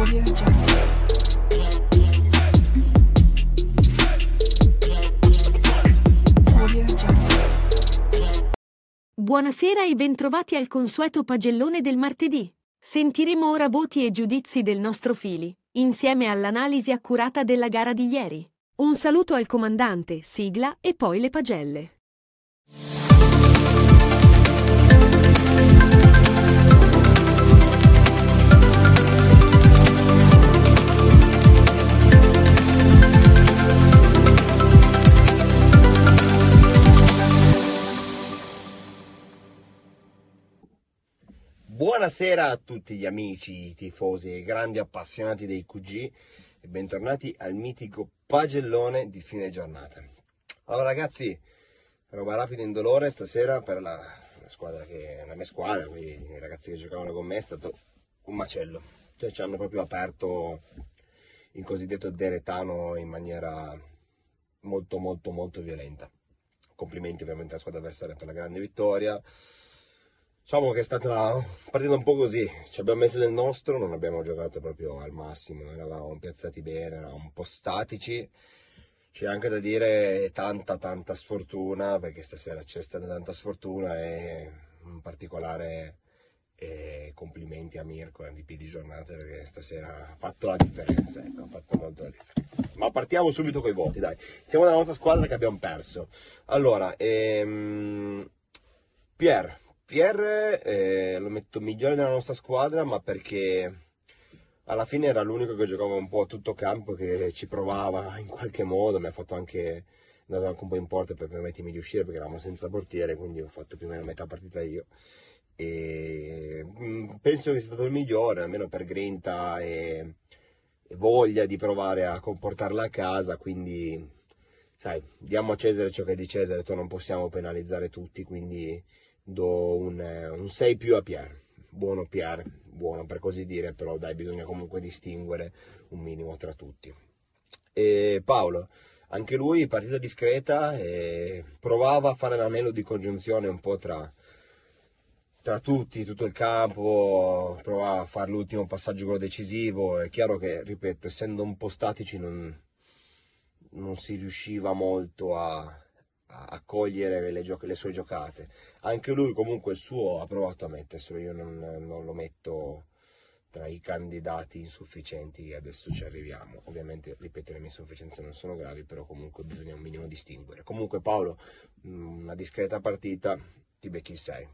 Audio Jungle. Audio Jungle. Buonasera e bentrovati al consueto pagellone del martedì. Sentiremo ora voti e giudizi del nostro Fili, insieme all'analisi accurata della gara di ieri. Un saluto al comandante, sigla e poi le pagelle. Buonasera a tutti gli amici, tifosi e grandi appassionati dei QG e bentornati al mitico pagellone di fine giornata. Allora ragazzi, roba rapida e indolore stasera per la mia squadra, quindi i ragazzi che giocavano con me, è stato un macello. Cioè ci hanno proprio aperto il cosiddetto deretano in maniera molto violenta. Complimenti ovviamente alla squadra avversaria per la grande vittoria. Diciamo che è stata una partita un po' così, ci abbiamo messo del nostro, non abbiamo giocato proprio al massimo, eravamo piazzati bene, eravamo un po' statici. C'è anche da dire tanta sfortuna, perché stasera c'è stata tanta sfortuna e in particolare complimenti a Mirko, MVP di giornata, perché stasera ha fatto la differenza, ecco, ha fatto molto la differenza. Ma partiamo subito con i voti, dai. Iniziamo dalla nostra squadra che abbiamo perso. Allora, Pierre lo metto migliore della nostra squadra, ma perché alla fine era l'unico che giocava un po' a tutto campo, che ci provava in qualche modo, mi ha fatto anche, dato anche un po' in porta per permettermi di uscire, perché eravamo senza portiere, quindi ho fatto più o meno metà partita io. E penso che sia stato il migliore, almeno per grinta e voglia di provare a comportarla a casa, quindi sai, diamo a Cesare ciò che è di Cesare, non possiamo penalizzare tutti, quindi do un 6 più a Pierre. Buono Pierre, buono per così dire, però dai, bisogna comunque distinguere un minimo tra tutti. E Paolo, anche lui partita discreta e provava a fare l'anello di congiunzione un po' tra tutti, tutto il campo, provava a fare l'ultimo passaggio, quello decisivo. È chiaro che, ripeto, essendo un po' statici non si riusciva molto a cogliere le sue giocate. Anche lui comunque il suo ha provato a metterselo, io non lo metto tra i candidati insufficienti, adesso ci arriviamo. Ovviamente, ripeto, le mie insufficienze non sono gravi, però comunque bisogna un minimo distinguere. Comunque Paolo, una discreta partita, ti becchi il 6.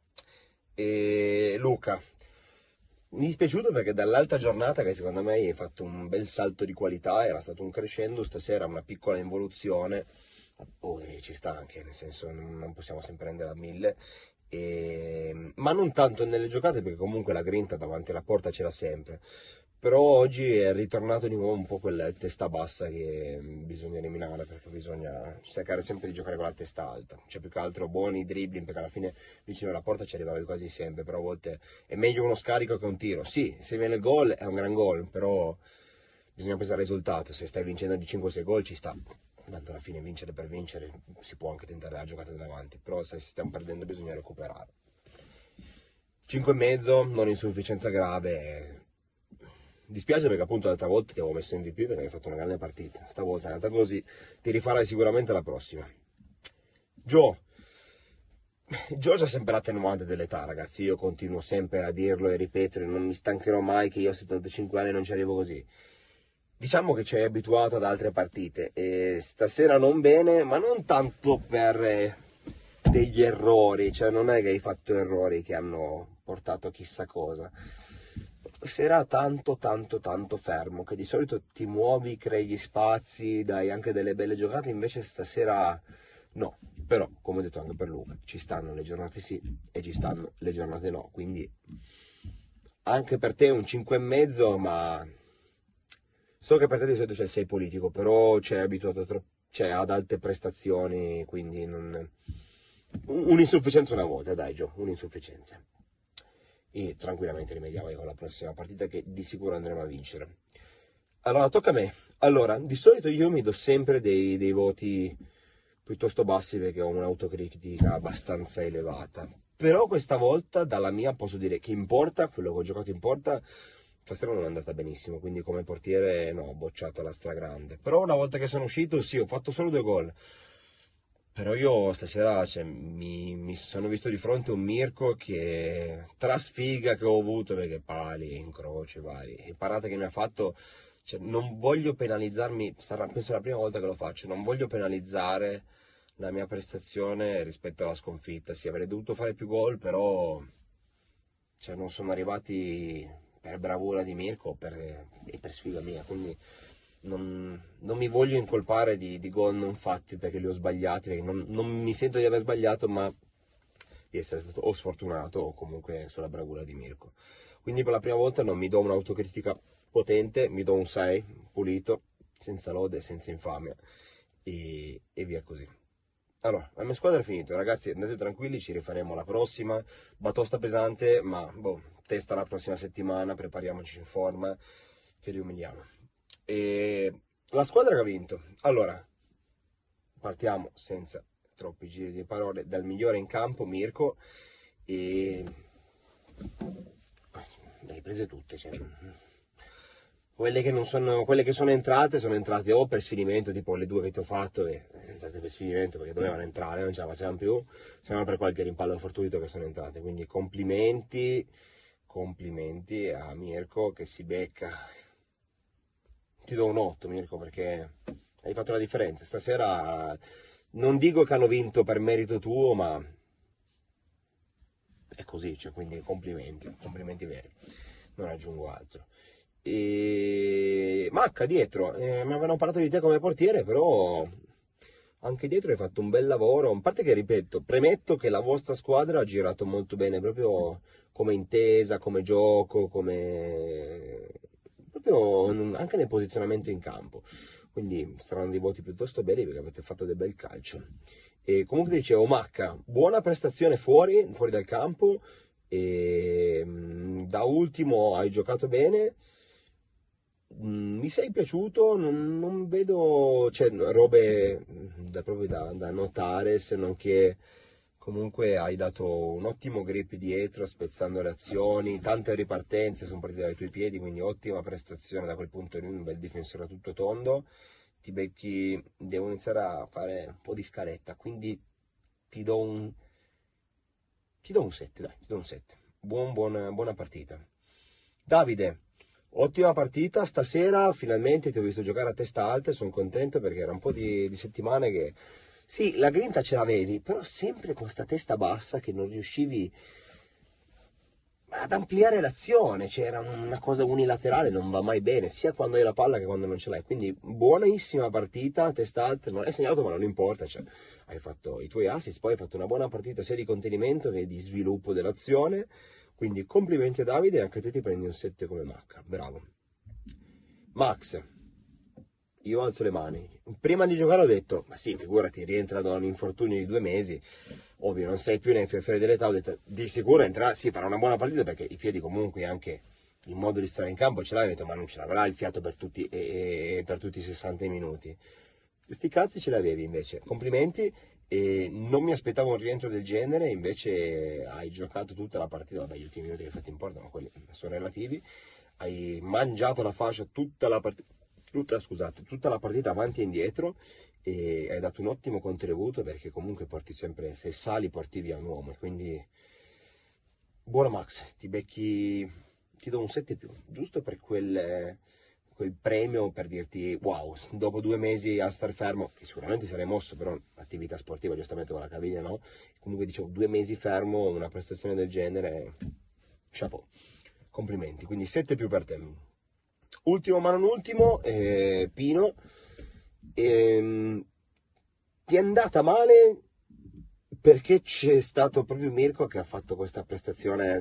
E Luca, mi è dispiaciuto perché dall'altra giornata, che secondo me hai fatto un bel salto di qualità, era stato un crescendo, stasera una piccola involuzione. Ci sta anche, nel senso non possiamo sempre andare a 1000, ma non tanto nelle giocate, perché comunque la grinta davanti alla porta c'era sempre, però oggi è ritornato di nuovo un po' quella testa bassa che bisogna eliminare, perché bisogna cercare sempre di giocare con la testa alta, cioè più che altro buoni dribbling, perché alla fine vicino alla porta ci arrivavi quasi sempre, però a volte è meglio uno scarico che un tiro. Sì, se viene il gol è un gran gol, però bisogna pensare al risultato. Se stai vincendo di 5-6 gol ci sta, tanto alla fine vincere per vincere si può anche tentare la giocata davanti, però se stiamo perdendo bisogna recuperare. 5,5, non insufficienza grave. Dispiace perché appunto l'altra volta ti avevo messo MVP perché hai fatto una grande partita, stavolta è andata così, ti rifarai sicuramente la prossima. Joe c'ha sempre l'attenuante dell'età, ragazzi, io continuo sempre a dirlo e ripetere, non mi stancherò mai che io a 75 anni non ci arrivo così. Diciamo che ci hai abituato ad altre partite e stasera non bene, ma non tanto per degli errori, cioè non è che hai fatto errori che hanno portato a chissà cosa. Sera tanto fermo, che di solito ti muovi, crei gli spazi, dai anche delle belle giocate, invece stasera no. Però, come ho detto anche per Luca, ci stanno le giornate sì e ci stanno le giornate no, quindi anche per te un 5,5, ma so che per te di solito c'è il 6 politico, però c'è abituato ad alte prestazioni, quindi un'insufficienza una volta, dai Gio, un'insufficienza. E tranquillamente rimediamo con la prossima partita che di sicuro andremo a vincere. Allora, tocca a me. Allora, di solito io mi do sempre dei voti piuttosto bassi perché ho un'autocritica abbastanza elevata. Però questa volta, dalla mia, posso dire che importa, quello che ho giocato importa, stasera non è andata benissimo, quindi come portiere no, ho bocciato alla stragrande. Però una volta che sono uscito, sì, ho fatto solo 2 gol. Però io stasera cioè, mi sono visto di fronte un Mirko che tra sfiga che ho avuto, perché pali, incroci vari, e parate che mi ha fatto, cioè, non voglio penalizzarmi, sarà penso la prima volta che lo faccio, non voglio penalizzare la mia prestazione rispetto alla sconfitta. Sì, avrei dovuto fare più gol, però cioè, non sono arrivati per bravura di Mirko e per sfiga mia, quindi non mi voglio incolpare di gol non fatti perché li ho sbagliati, perché non mi sento di aver sbagliato, ma di essere stato o sfortunato o comunque sulla bravura di Mirko. Quindi per la prima volta non mi do un'autocritica potente, mi do un 6 pulito, senza lode, senza infamia e via così. Allora, la mia squadra è finita, ragazzi, andate tranquilli, ci rifaremo la prossima, batosta pesante, ma boh, testa la prossima settimana, prepariamoci in forma, che li umiliamo. E la squadra che ha vinto, allora, partiamo senza troppi giri di parole, dal migliore in campo, Mirko, e le hai prese tutte, cioè. Quelle che sono entrate o per sfinimento, tipo le 2 che ti ho fatto, entrate per sfinimento perché dovevano entrare, non ce la facevano più, se no per qualche rimpallo fortuito che sono entrate. Quindi complimenti a Mirko che si becca. Ti do un 8, Mirko, perché hai fatto la differenza. Stasera non dico che hanno vinto per merito tuo, ma è così, cioè, quindi complimenti veri, non aggiungo altro. E Macca dietro, mi avevano parlato di te come portiere, però anche dietro hai fatto un bel lavoro, a parte che, ripeto, premetto che la vostra squadra ha girato molto bene, proprio come intesa, come gioco, proprio anche nel posizionamento in campo, quindi saranno dei voti piuttosto belli perché avete fatto del bel calcio. E comunque dicevo, Macca, buona prestazione fuori dal campo, e da ultimo hai giocato bene. Mi sei piaciuto, non vedo cioè, robe proprio da notare, se non che comunque hai dato un ottimo grip dietro, spezzando le azioni, tante ripartenze sono partite dai tuoi piedi, quindi ottima prestazione da quel punto di vista, un bel difensore a tutto tondo. Ti becchi, devo iniziare a fare un po' di scaletta, quindi ti do un 7, dai, ti do un 7. Buona partita. Davide, ottima partita, stasera finalmente ti ho visto giocare a testa alta e sono contento perché era un po' di settimane che sì, la grinta ce l'avevi, però sempre con sta testa bassa che non riuscivi ad ampliare l'azione, cioè era una cosa unilaterale, non va mai bene, sia quando hai la palla che quando non ce l'hai. Quindi buonissima partita, testa alta, non hai segnato ma non importa, cioè, hai fatto i tuoi assist, poi hai fatto una buona partita sia di contenimento che di sviluppo dell'azione, quindi complimenti a Davide e anche tu ti prendi un 7 come Macca, bravo. Max, io alzo le mani. Prima di giocare ho detto, ma sì, figurati, rientra da un infortunio di 2 mesi, ovvio, non sei più nei fiori dell'età, ho detto, di sicuro entrerà, sì, farà una buona partita perché i piedi comunque anche il modo di stare in campo ce l'hai, ho detto, ma non ce l'avrà il fiato per tutti, per tutti i 60 minuti. Sti cazzi ce l'avevi invece, complimenti, e non mi aspettavo un rientro del genere, invece hai giocato tutta la partita, vabbè, gli ultimi minuti che hai fatto importano, ma quelli sono relativi, hai mangiato la fascia tutta la partita avanti e indietro e hai dato un ottimo contributo perché comunque porti sempre, se sali porti via un uomo, e quindi buona Max, ti do un 7 più, giusto per quel premio, per dirti wow, dopo 2 mesi a star fermo, che sicuramente sarei mosso, però attività sportiva giustamente con la caviglia no, comunque dicevo 2 mesi fermo, una prestazione del genere, chapeau, complimenti, quindi 7 più per te. Ultimo ma non ultimo, Pino, ti è andata male perché c'è stato proprio Mirko che ha fatto questa prestazione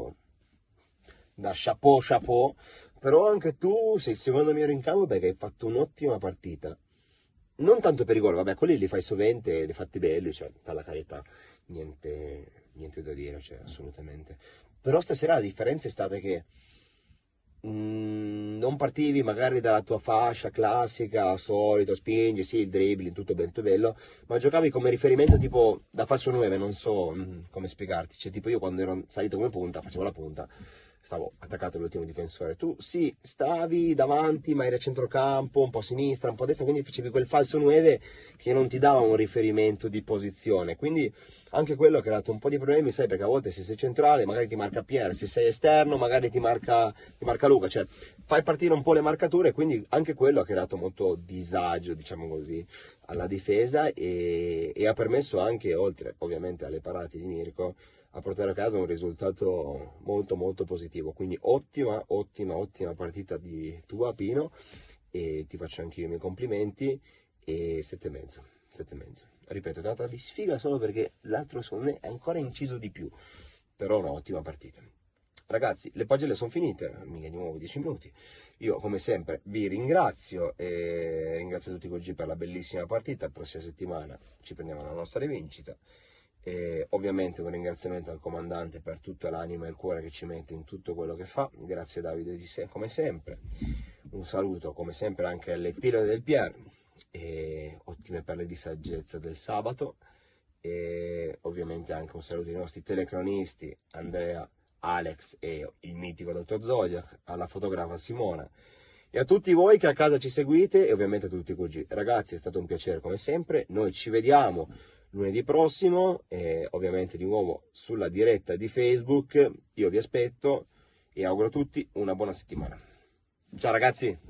da chapeau, però anche tu sei il secondo migliore in campo perché hai fatto un'ottima partita. Non tanto per i gol, vabbè, quelli li fai sovente, li fatti belli, cioè, per la carità, niente da dire, cioè, assolutamente. Però stasera la differenza è stata che non partivi magari dalla tua fascia classica, solito, spingi, sì, il dribbling, tutto bello, ma giocavi come riferimento tipo da falso 9, non so come spiegarti, cioè tipo io quando ero salito come punta, facevo la punta, stavo attaccato all'ultimo difensore, tu sì, stavi davanti ma eri a centrocampo, un po' a sinistra, un po' a destra, quindi facevi quel falso 9 che non ti dava un riferimento di posizione, quindi anche quello ha creato un po' di problemi, sai, perché a volte se sei centrale magari ti marca Pierre, se sei esterno magari ti marca Luca, cioè fai partire un po' le marcature, quindi anche quello ha creato molto disagio, diciamo così, alla difesa e ha permesso anche, oltre ovviamente alle parate di Mirko, a portare a casa un risultato molto molto positivo. Quindi ottima partita di tua, Pino, e ti faccio anche io i miei complimenti. E 7,5. Ripeto, è andata di sfiga solo perché l'altro secondo me è ancora inciso di più, però un'ottima partita. Ragazzi, le pagelle sono finite, mica di nuovo 10 minuti. Io come sempre vi ringrazio e ringrazio tutti così per la bellissima partita. La prossima settimana ci prendiamo la nostra rivincita. E ovviamente un ringraziamento al comandante per tutta l'anima e il cuore che ci mette in tutto quello che fa. Grazie Davide come sempre. Un saluto come sempre anche alle pillole del Pier e ottime perle di saggezza del sabato, e ovviamente anche un saluto ai nostri telecronisti Andrea, Alex e il mitico Dottor Zodiac, alla fotografa Simona e a tutti voi che a casa ci seguite e ovviamente a tutti i QG. Ragazzi, è stato un piacere come sempre, noi ci vediamo lunedì prossimo e ovviamente di nuovo sulla diretta di Facebook. Io vi aspetto e auguro a tutti una buona settimana. Ciao ragazzi!